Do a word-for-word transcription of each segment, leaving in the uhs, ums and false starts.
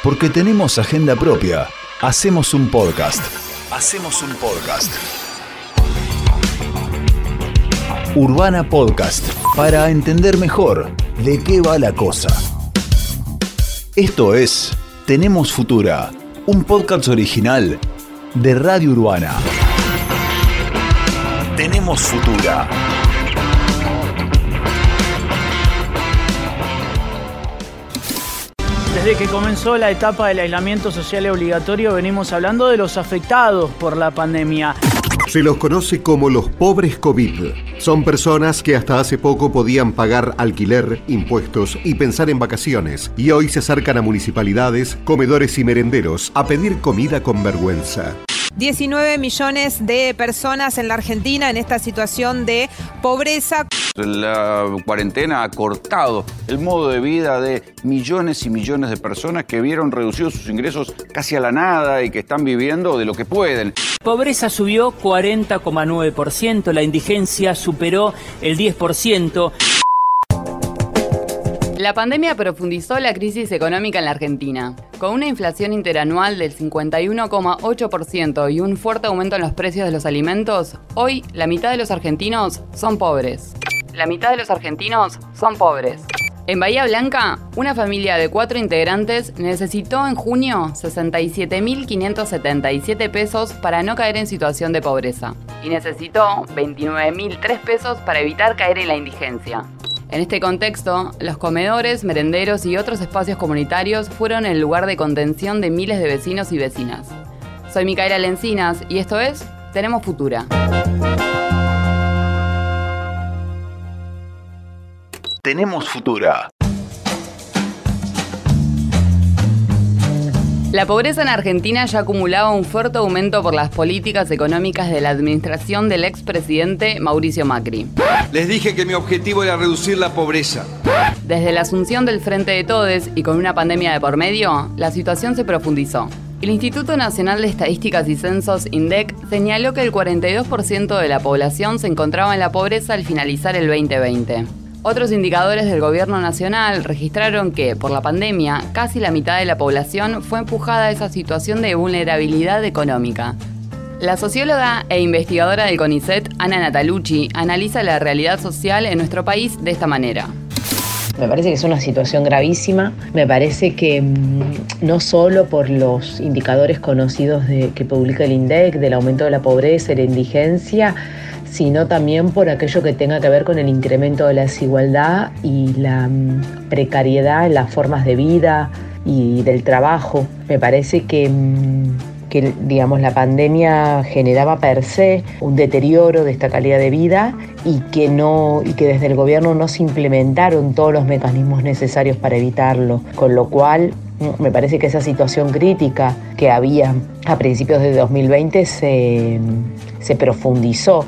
Porque tenemos agenda propia. Hacemos un podcast. Hacemos un podcast. Urbana Podcast. Para entender mejor de qué va la cosa. Esto es Tenemos Futura, un podcast original de Radio Urbana. Tenemos Futura. Desde que comenzó la etapa del aislamiento social obligatorio venimos hablando de los afectados por la pandemia. Se los conoce como los pobres COVID. Son personas que hasta hace poco podían pagar alquiler, impuestos y pensar en vacaciones, y hoy se acercan a municipalidades, comedores y merenderos a pedir comida con vergüenza. diecinueve millones de personas en la Argentina en esta situación de pobreza. La cuarentena ha cortado el modo de vida de millones y millones de personas que vieron reducidos sus ingresos casi a la nada y que están viviendo de lo que pueden. Pobreza subió cuarenta coma nueve por ciento, la indigencia superó el diez por ciento. La pandemia profundizó la crisis económica en la Argentina. Con una inflación interanual del cincuenta y uno coma ocho por ciento y un fuerte aumento en los precios de los alimentos, hoy la mitad de los argentinos son pobres. La mitad de los argentinos son pobres. En Bahía Blanca, una familia de cuatro integrantes necesitó en junio sesenta y siete mil quinientos setenta y siete pesos para no caer en situación de pobreza. Y necesitó veintinueve mil tres pesos para evitar caer en la indigencia. En este contexto, los comedores, merenderos y otros espacios comunitarios fueron el lugar de contención de miles de vecinos y vecinas. Soy Micaela Lencinas y esto es Tenemos Futura. Tenemos Futura. La pobreza en Argentina ya acumulaba un fuerte aumento por las políticas económicas de la administración del expresidente Mauricio Macri. Les dije que mi objetivo era reducir la pobreza. Desde la asunción del Frente de Todes y con una pandemia de por medio, la situación se profundizó. El Instituto Nacional de Estadísticas y Censos, INDEC, señaló que el cuarenta y dos por ciento de la población se encontraba en la pobreza al finalizar el veinte veinte. Otros indicadores del gobierno nacional registraron que, por la pandemia, casi la mitad de la población fue empujada a esa situación de vulnerabilidad económica. La socióloga e investigadora del CONICET, Ana Natalucci, analiza la realidad social en nuestro país de esta manera. Me parece que es una situación gravísima. Me parece que mmm, no solo por los indicadores conocidos de, que publica el INDEC, del aumento de la pobreza y la indigencia, sino también por aquello que tenga que ver con el incremento de la desigualdad y la mmm, precariedad en las formas de vida y del trabajo. Me parece que... Mmm, que digamos, la pandemia generaba per se un deterioro de esta calidad de vida y que, no, y que desde el gobierno no se implementaron todos los mecanismos necesarios para evitarlo, con lo cual me parece que esa situación crítica que había a principios de dos mil veinte se, se profundizó.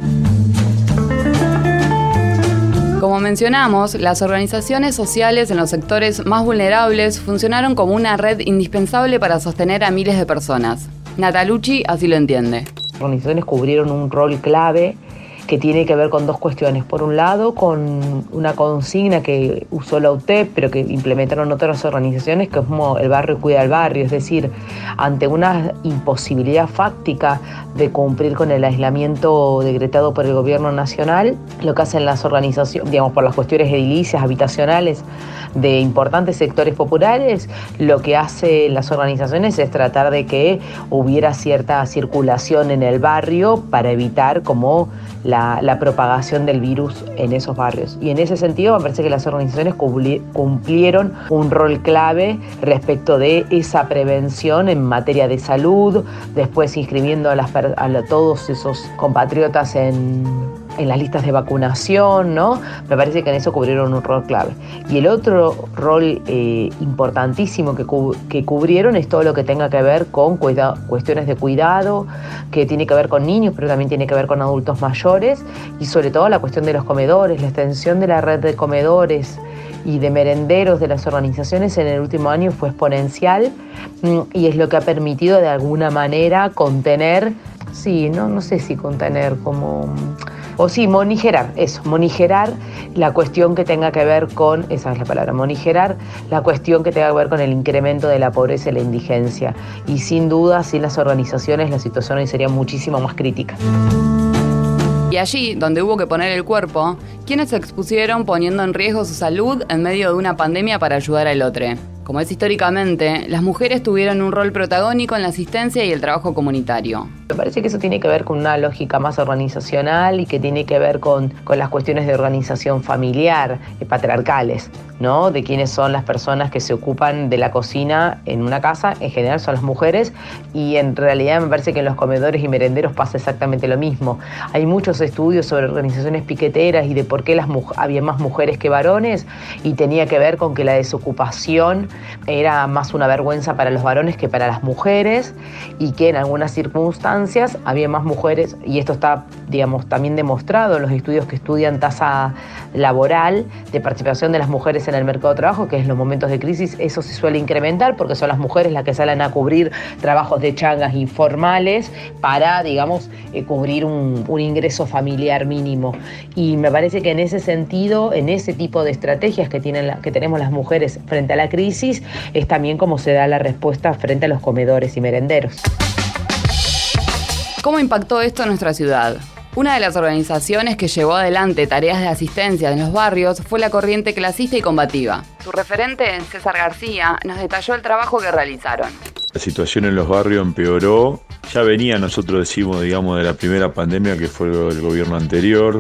Como mencionamos, las organizaciones sociales en los sectores más vulnerables funcionaron como una red indispensable para sostener a miles de personas. Natalucci así lo entiende. Las organizaciones cubrieron un rol clave que tiene que ver con dos cuestiones. Por un lado, con una consigna que usó la U T E P, pero que implementaron otras organizaciones, que es como el barrio cuida al barrio, es decir, ante una imposibilidad fáctica de cumplir con el aislamiento decretado por el gobierno nacional, lo que hacen las organizaciones, digamos, por las cuestiones edilicias, habitacionales de importantes sectores populares, lo que hacen las organizaciones es tratar de que hubiera cierta circulación en el barrio para evitar como la, la propagación del virus en esos barrios. Y en ese sentido me parece que las organizaciones cumplieron un rol clave respecto de esa prevención en materia de salud, después inscribiendo a, las, a todos esos compatriotas en... en las listas de vacunación, ¿no? Me parece que en eso cubrieron un rol clave. Y el otro rol eh, importantísimo que, cu- que cubrieron es todo lo que tenga que ver con cuida- cuestiones de cuidado, que tiene que ver con niños, pero también tiene que ver con adultos mayores, y sobre todo la cuestión de los comedores, la extensión de la red de comedores y de merenderos de las organizaciones en el último año fue exponencial, y es lo que ha permitido de alguna manera contener, sí, no, no sé si contener, como o sí, monigerar, eso, monigerar la cuestión que tenga que ver con, esa es la palabra, monigerar la cuestión que tenga que ver con el incremento de la pobreza y la indigencia. Y sin duda, sin las organizaciones, la situación hoy sería muchísimo más crítica. Y allí, donde hubo que poner el cuerpo, ¿quiénes se expusieron poniendo en riesgo su salud en medio de una pandemia para ayudar al otro? Como es históricamente, las mujeres tuvieron un rol protagónico en la asistencia y el trabajo comunitario. Me parece que eso tiene que ver con una lógica más organizacional y que tiene que ver con, con las cuestiones de organización familiar, eh, patriarcales, ¿no? De quiénes son las personas que se ocupan de la cocina en una casa, en general son las mujeres, y en realidad me parece que en los comedores y merenderos pasa exactamente lo mismo. Hay muchos estudios sobre organizaciones piqueteras y de por qué las había más mujeres que varones, y tenía que ver con que la desocupación era más una vergüenza para los varones que para las mujeres, y que en algunas circunstancias había más mujeres, y esto está, digamos, también demostrado en los estudios que estudian tasa laboral de participación de las mujeres en el mercado de trabajo, que en los momentos de crisis eso se suele incrementar porque son las mujeres las que salen a cubrir trabajos de changas informales para, digamos, eh, cubrir un, un ingreso familiar mínimo. Y me parece que en ese sentido, en ese tipo de estrategias que, tienen la, que tenemos las mujeres frente a la crisis, es también como se da la respuesta frente a los comedores y merenderos. ¿Cómo impactó esto en nuestra ciudad? Una de las organizaciones que llevó adelante tareas de asistencia en los barrios fue la Corriente Clasista y Combativa. Su referente, César García, nos detalló el trabajo que realizaron. La situación en los barrios empeoró. Ya venía, nosotros decimos, digamos, de la primera pandemia que fue el gobierno anterior,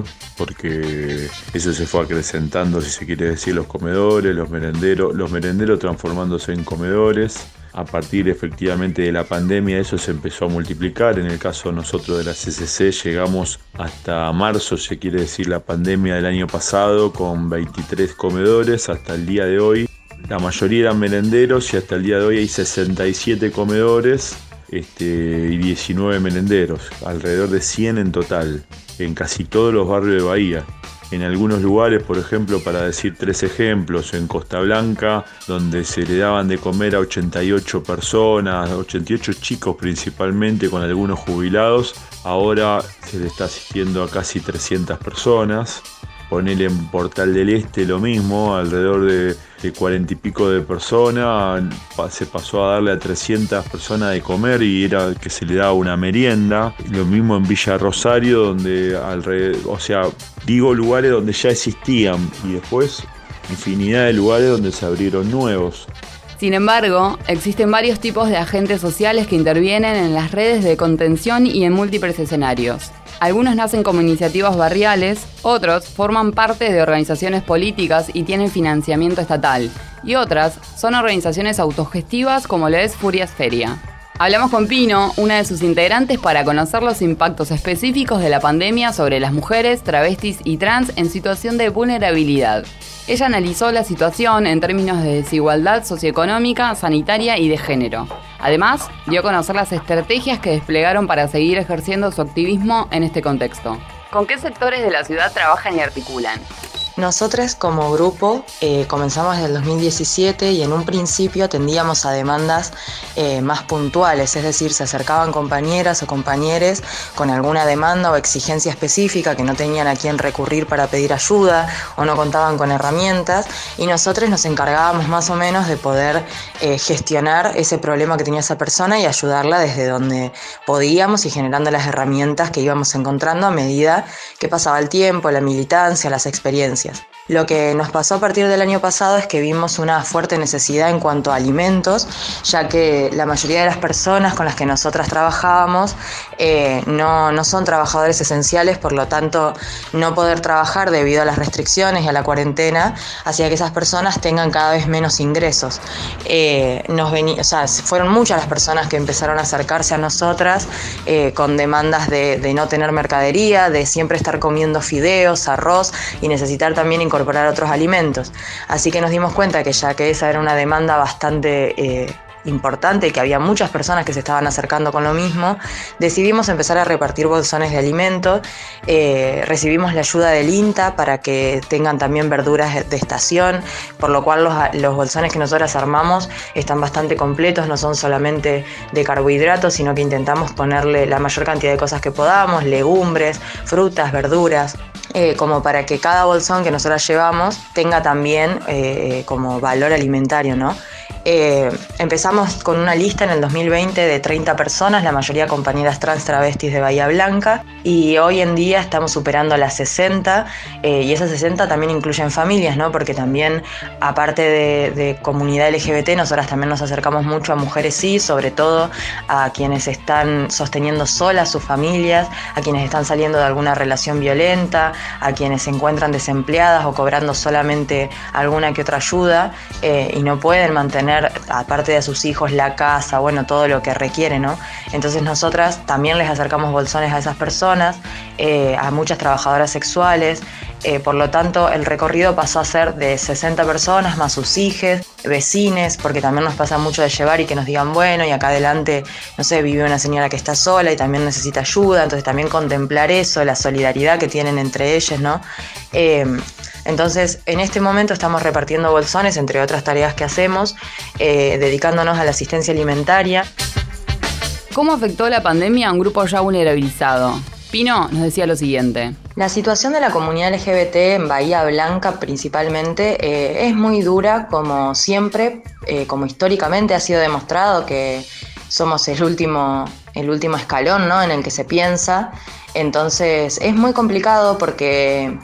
porque eso se fue acrecentando, si se quiere decir, los comedores, los merenderos, los merenderos transformándose en comedores. A partir efectivamente de la pandemia eso se empezó a multiplicar. En el caso nosotros de la C C C llegamos hasta marzo, se quiere decir, la pandemia del año pasado, con veintitrés comedores hasta el día de hoy. La mayoría eran merenderos y hasta el día de hoy hay sesenta y siete comedores este, y diecinueve merenderos, alrededor de cien en total, en casi todos los barrios de Bahía. En algunos lugares, por ejemplo, para decir tres ejemplos, en Costa Blanca, donde se le daban de comer a ochenta y ocho personas, ochenta y ocho chicos principalmente, con algunos jubilados, ahora se le está asistiendo a casi trescientas personas. Ponele en Portal del Este lo mismo, alrededor de, de cuarenta y pico de personas, se pasó a darle a trescientas personas de comer y era que se le daba una merienda. Lo mismo en Villa Rosario, donde alrededor, o sea, digo lugares donde ya existían y después infinidad de lugares donde se abrieron nuevos. Sin embargo, existen varios tipos de agentes sociales que intervienen en las redes de contención y en múltiples escenarios. Algunos nacen como iniciativas barriales, otros forman parte de organizaciones políticas y tienen financiamiento estatal, y otras son organizaciones autogestivas como lo es Furias Feria. Hablamos con Pino, una de sus integrantes, para conocer los impactos específicos de la pandemia sobre las mujeres, travestis y trans en situación de vulnerabilidad. Ella analizó la situación en términos de desigualdad socioeconómica, sanitaria y de género. Además, dio a conocer las estrategias que desplegaron para seguir ejerciendo su activismo en este contexto. ¿Con qué sectores de la ciudad trabajan y articulan? Nosotros como grupo eh, comenzamos desde el dos mil diecisiete y en un principio atendíamos a demandas eh, más puntuales, es decir, se acercaban compañeras o compañeros con alguna demanda o exigencia específica que no tenían a quién recurrir para pedir ayuda o no contaban con herramientas, y nosotros nos encargábamos más o menos de poder eh, gestionar ese problema que tenía esa persona y ayudarla desde donde podíamos y generando las herramientas que íbamos encontrando a medida que pasaba el tiempo, la militancia, las experiencias. Lo que nos pasó a partir del año pasado es que vimos una fuerte necesidad en cuanto a alimentos, ya que la mayoría de las personas con las que nosotras trabajábamos eh, no, no son trabajadores esenciales, por lo tanto no poder trabajar debido a las restricciones y a la cuarentena hacía que esas personas tengan cada vez menos ingresos. Eh, nos veni- o sea, fueron muchas las personas que empezaron a acercarse a nosotras eh, con demandas de, de no tener mercadería, de siempre estar comiendo fideos, arroz y necesitar también incorporar otros alimentos. Así que nos dimos cuenta que ya que esa era una demanda bastante eh, importante y que había muchas personas que se estaban acercando con lo mismo, decidimos empezar a repartir bolsones de alimentos. Eh, recibimos la ayuda del INTA para que tengan también verduras de estación, por lo cual los, los bolsones que nosotras armamos están bastante completos, no son solamente de carbohidratos, sino que intentamos ponerle la mayor cantidad de cosas que podamos, legumbres, frutas, verduras, eh, como para que cada bolsón que nosotras llevamos tenga también eh, como valor alimentario, ¿no? Eh, empezamos con una lista en el dos mil veinte de treinta personas, la mayoría compañeras trans travestis de Bahía Blanca, y hoy en día estamos superando las sesenta, eh, y esas sesenta también incluyen familias, ¿no? Porque también, aparte de, de comunidad L G B T, nosotras también nos acercamos mucho a mujeres cis, sobre todo a quienes están sosteniendo solas sus familias, a quienes están saliendo de alguna relación violenta, a quienes se encuentran desempleadas o cobrando solamente alguna que otra ayuda eh, y no pueden mantener, aparte de a sus hijos, la casa, bueno, todo lo que requiere, ¿no? Entonces nosotras también les acercamos bolsones a esas personas, eh, a muchas trabajadoras sexuales. Eh, por lo tanto, el recorrido pasó a ser de sesenta personas más sus hijos, vecines, porque también nos pasa mucho de llevar y que nos digan, bueno, y acá adelante, no sé, vive una señora que está sola y también necesita ayuda, entonces también contemplar eso, la solidaridad que tienen entre ellas, ¿no? Eh, Entonces, en este momento estamos repartiendo bolsones, entre otras tareas que hacemos, eh, dedicándonos a la asistencia alimentaria. ¿Cómo afectó la pandemia a un grupo ya vulnerabilizado? Pino nos decía lo siguiente. La situación de la comunidad L G B T en Bahía Blanca principalmente eh, es muy dura, como siempre, eh, como históricamente ha sido demostrado que somos el último, el último escalón, ¿no?, en el que se piensa. Entonces es muy complicado porque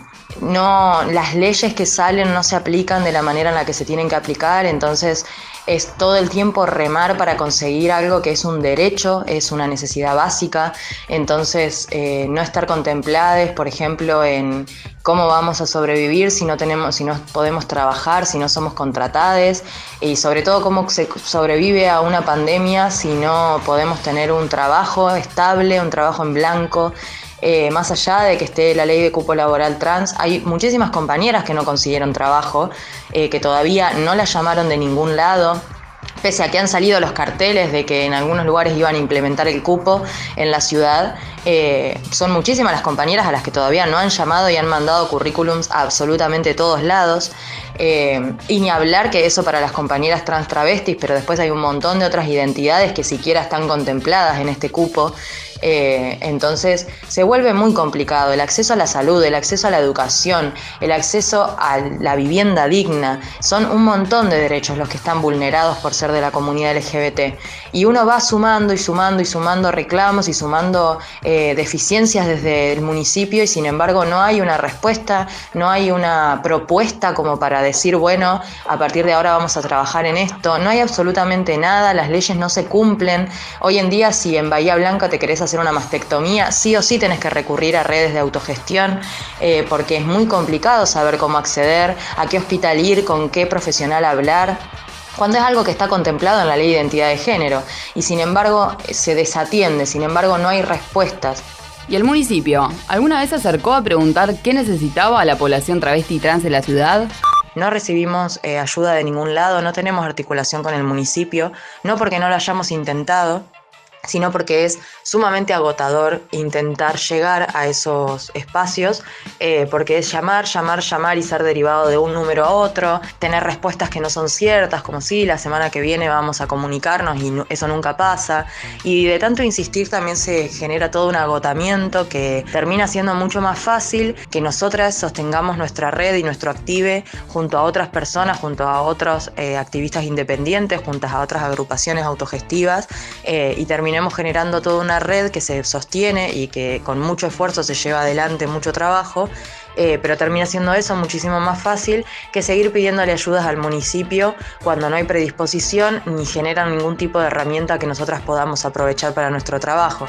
no, las leyes que salen no se aplican de la manera en la que se tienen que aplicar, entonces es todo el tiempo remar para conseguir algo que es un derecho, es una necesidad básica. Entonces eh, no estar contempladas, por ejemplo, en cómo vamos a sobrevivir si no tenemos, si no podemos trabajar, si no somos contratadas, y sobre todo cómo se sobrevive a una pandemia si no podemos tener un trabajo estable, un trabajo en blanco. Eh, más allá de que esté la ley de cupo laboral trans, hay muchísimas compañeras que no consiguieron trabajo, eh, que todavía no las llamaron de ningún lado, pese a que han salido los carteles de que en algunos lugares iban a implementar el cupo en la ciudad. Eh, son muchísimas las compañeras a las que todavía no han llamado y han mandado currículums a absolutamente todos lados. Eh, y ni hablar que eso para las compañeras trans travestis, pero después hay un montón de otras identidades que siquiera están contempladas en este cupo. Eh, entonces se vuelve muy complicado el acceso a la salud, el acceso a la educación, el acceso a la vivienda digna. Son un montón de derechos los que están vulnerados por ser de la comunidad L G B T, y uno va sumando y sumando y sumando reclamos y sumando eh, deficiencias desde el municipio, y sin embargo no hay una respuesta, no hay una propuesta como para decir, bueno, a partir de ahora vamos a trabajar en esto. No hay absolutamente nada, las leyes no se cumplen. Hoy en día, si en Bahía Blanca te querés hacer una mastectomía, sí o sí tenés que recurrir a redes de autogestión, eh, porque es muy complicado saber cómo acceder, a qué hospital ir, con qué profesional hablar, cuando es algo que está contemplado en la ley de identidad de género, y sin embargo se desatiende, sin embargo no hay respuestas. ¿Y el municipio alguna vez se acercó a preguntar qué necesitaba a la población travesti y trans de la ciudad? No recibimos eh, ayuda de ningún lado, no tenemos articulación con el municipio, no porque no lo hayamos intentado, sino porque es sumamente agotador intentar llegar a esos espacios, eh, porque es llamar, llamar, llamar y ser derivado de un número a otro, tener respuestas que no son ciertas, como sí, la semana que viene vamos a comunicarnos, y no, eso nunca pasa, y de tanto insistir también se genera todo un agotamiento que termina siendo mucho más fácil que nosotras sostengamos nuestra red y nuestro active junto a otras personas, junto a otros eh, activistas independientes, junto a otras agrupaciones autogestivas, eh, y terminamos Terminamos generando toda una red que se sostiene y que con mucho esfuerzo se lleva adelante, mucho trabajo, eh, pero termina siendo eso muchísimo más fácil que seguir pidiéndole ayudas al municipio cuando no hay predisposición ni generan ningún tipo de herramienta que nosotras podamos aprovechar para nuestro trabajo.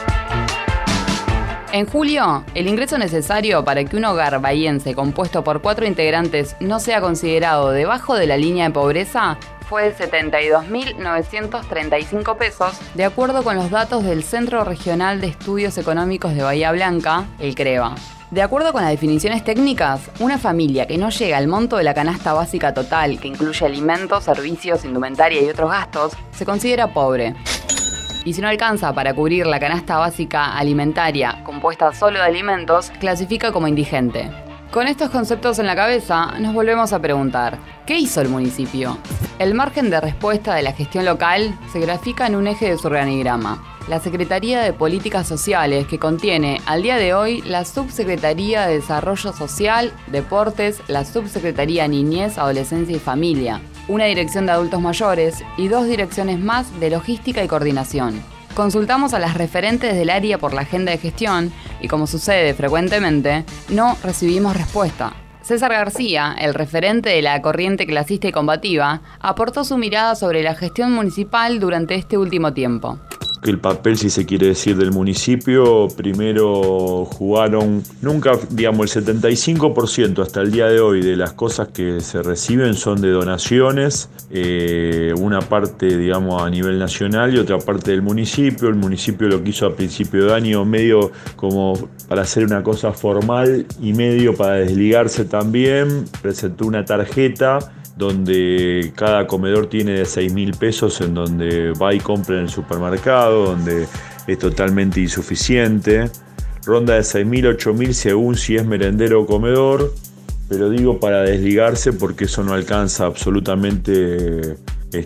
En julio, el ingreso necesario para que un hogar bahiense compuesto por cuatro integrantes no sea considerado debajo de la línea de pobreza fue de setenta y dos mil novecientos treinta y cinco pesos, de acuerdo con los datos del Centro Regional de Estudios Económicos de Bahía Blanca, el CREBA. De acuerdo con las definiciones técnicas, una familia que no llega al monto de la canasta básica total, que incluye alimentos, servicios, indumentaria y otros gastos, se considera pobre. Y si no alcanza para cubrir la canasta básica alimentaria, compuesta solo de alimentos, clasifica como indigente. Con estos conceptos en la cabeza, nos volvemos a preguntar, ¿qué hizo el municipio? El margen de respuesta de la gestión local se grafica en un eje de su organigrama. La Secretaría de Políticas Sociales, que contiene al día de hoy la Subsecretaría de Desarrollo Social, Deportes, la Subsecretaría Niñez, Adolescencia y Familia, una dirección de adultos mayores y dos direcciones más de logística y coordinación. Consultamos a las referentes del área por la agenda de gestión y, como sucede frecuentemente, no recibimos respuesta. César García, el referente de la corriente clasista y combativa, aportó su mirada sobre la gestión municipal durante este último tiempo. El papel, si se quiere decir, del municipio, primero jugaron, nunca, digamos, el setenta y cinco por ciento hasta el día de hoy de las cosas que se reciben son de donaciones, eh, una parte, digamos, a nivel nacional y otra parte del municipio. El municipio lo que hizo a principio de año, medio como para hacer una cosa formal y medio para desligarse también, presentó una tarjeta donde cada comedor tiene de seis mil pesos, en donde va y compra en el supermercado, donde es totalmente insuficiente. Ronda de seis mil, ocho mil según si es merendero o comedor, pero digo para desligarse porque eso no alcanza absolutamente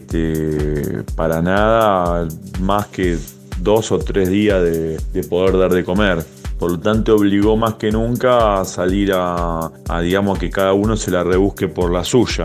este, para nada más que dos o tres días de, de poder dar de comer. Por lo tanto, obligó más que nunca a salir a, a, digamos, que cada uno se la rebusque por la suya.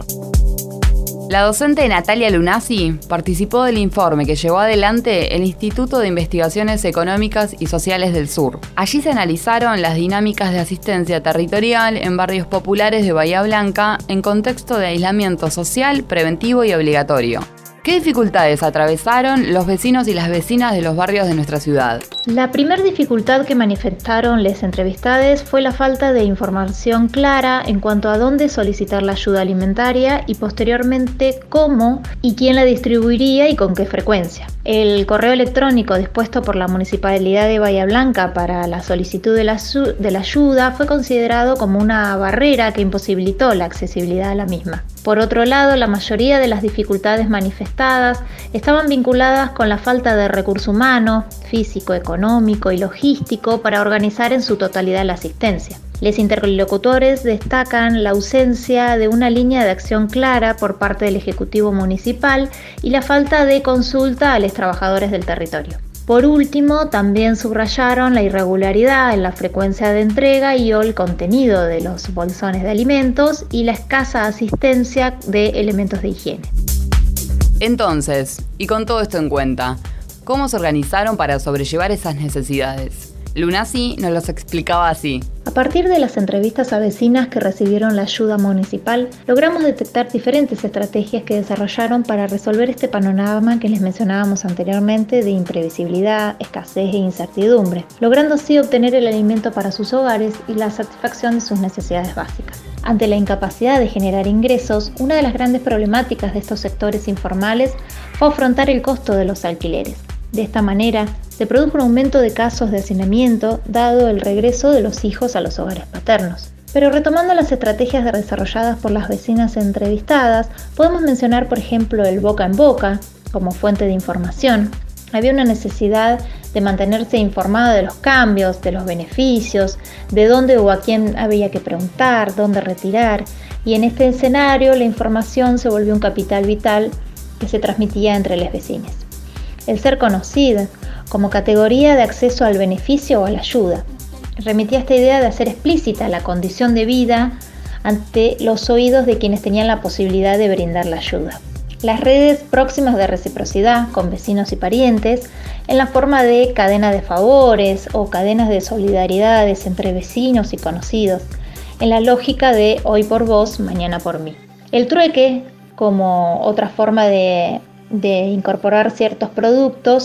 La docente Natalia Lunasi participó del informe que llevó adelante el Instituto de Investigaciones Económicas y Sociales del Sur. Allí se analizaron las dinámicas de asistencia territorial en barrios populares de Bahía Blanca en contexto de aislamiento social, preventivo y obligatorio. ¿Qué dificultades atravesaron los vecinos y las vecinas de los barrios de nuestra ciudad? La primera dificultad que manifestaron les entrevistades fue la falta de información clara en cuanto a dónde solicitar la ayuda alimentaria y posteriormente cómo y quién la distribuiría y con qué frecuencia. El correo electrónico dispuesto por la Municipalidad de Bahía Blanca para la solicitud de la, de la ayuda fue considerado como una barrera que imposibilitó la accesibilidad a la misma. Por otro lado, la mayoría de las dificultades manifestadas estaban vinculadas con la falta de recurso humano, físico, económico y logístico para organizar en su totalidad la asistencia. Los interlocutores destacan la ausencia de una línea de acción clara por parte del Ejecutivo Municipal y la falta de consulta a los trabajadores del territorio. Por último, también subrayaron la irregularidad en la frecuencia de entrega y o el contenido de los bolsones de alimentos y la escasa asistencia de elementos de higiene. Entonces, y con todo esto en cuenta, ¿cómo se organizaron para sobrellevar esas necesidades? Lunasi nos los explicaba así. A partir de las entrevistas a vecinas que recibieron la ayuda municipal, logramos detectar diferentes estrategias que desarrollaron para resolver este panorama que les mencionábamos anteriormente de imprevisibilidad, escasez e incertidumbre, logrando así obtener el alimento para sus hogares y la satisfacción de sus necesidades básicas. Ante la incapacidad de generar ingresos, una de las grandes problemáticas de estos sectores informales fue afrontar el costo de los alquileres. De esta manera, se produjo un aumento de casos de hacinamiento dado el regreso de los hijos a los hogares paternos. Pero retomando las estrategias desarrolladas por las vecinas entrevistadas, podemos mencionar por ejemplo el boca en boca como fuente de información. Había una necesidad de mantenerse informada de los cambios, de los beneficios, de dónde o a quién había que preguntar, dónde retirar, y en este escenario la información se volvió un capital vital que se transmitía entre las vecinas. El ser conocida como categoría de acceso al beneficio o a la ayuda remitía a esta idea de hacer explícita la condición de vida ante los oídos de quienes tenían la posibilidad de brindar la ayuda. Las redes próximas de reciprocidad con vecinos y parientes en la forma de cadena de favores o cadenas de solidaridades entre vecinos y conocidos, en la lógica de hoy por vos, mañana por mí. El trueque como otra forma de de incorporar ciertos productos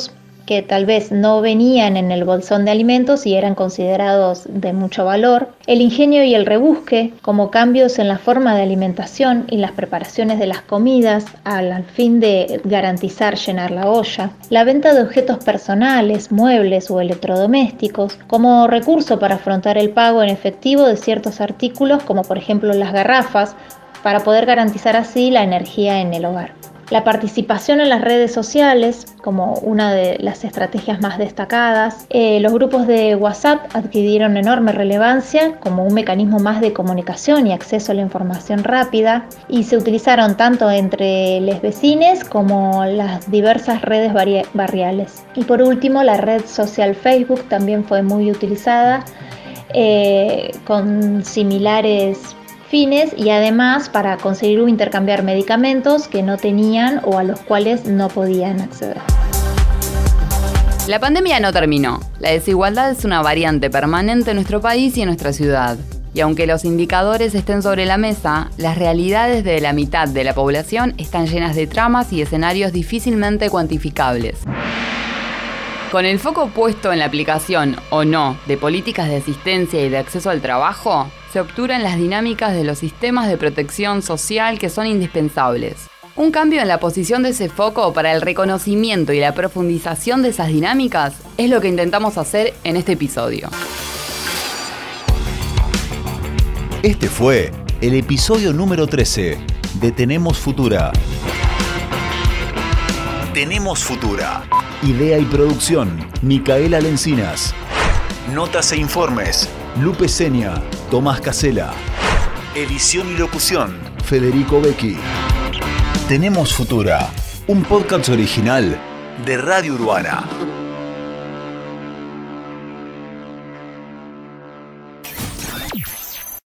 que tal vez no venían en el bolsón de alimentos y eran considerados de mucho valor, el ingenio y el rebusque, como cambios en la forma de alimentación y las preparaciones de las comidas al, al fin de garantizar llenar la olla, la venta de objetos personales, muebles o electrodomésticos como recurso para afrontar el pago en efectivo de ciertos artículos, como por ejemplo las garrafas, para poder garantizar así la energía en el hogar. La participación en las redes sociales, como una de las estrategias más destacadas, eh, los grupos de WhatsApp adquirieron enorme relevancia como un mecanismo más de comunicación y acceso a la información rápida, y se utilizaron tanto entre los vecinos como las diversas redes barriales. Y por último, la red social Facebook también fue muy utilizada eh, con similares fines y además para conseguir o intercambiar medicamentos que no tenían o a los cuales no podían acceder. La pandemia no terminó. La desigualdad es una variante permanente en nuestro país y en nuestra ciudad. Y aunque los indicadores estén sobre la mesa, las realidades de la mitad de la población están llenas de tramas y escenarios difícilmente cuantificables. Con el foco puesto en la aplicación o no de políticas de asistencia y de acceso al trabajo, se obturan las dinámicas de los sistemas de protección social que son indispensables. Un cambio en la posición de ese foco para el reconocimiento y la profundización de esas dinámicas es lo que intentamos hacer en este episodio. Este fue el episodio número trece de Tenemos Futura. Tenemos Futura. Idea y producción, Micaela Lencinas. Notas e informes, Lupe Seña, Tomás Casela. Edición y locución, Federico Becchi. Tenemos Futura, un podcast original de Radio Urbana.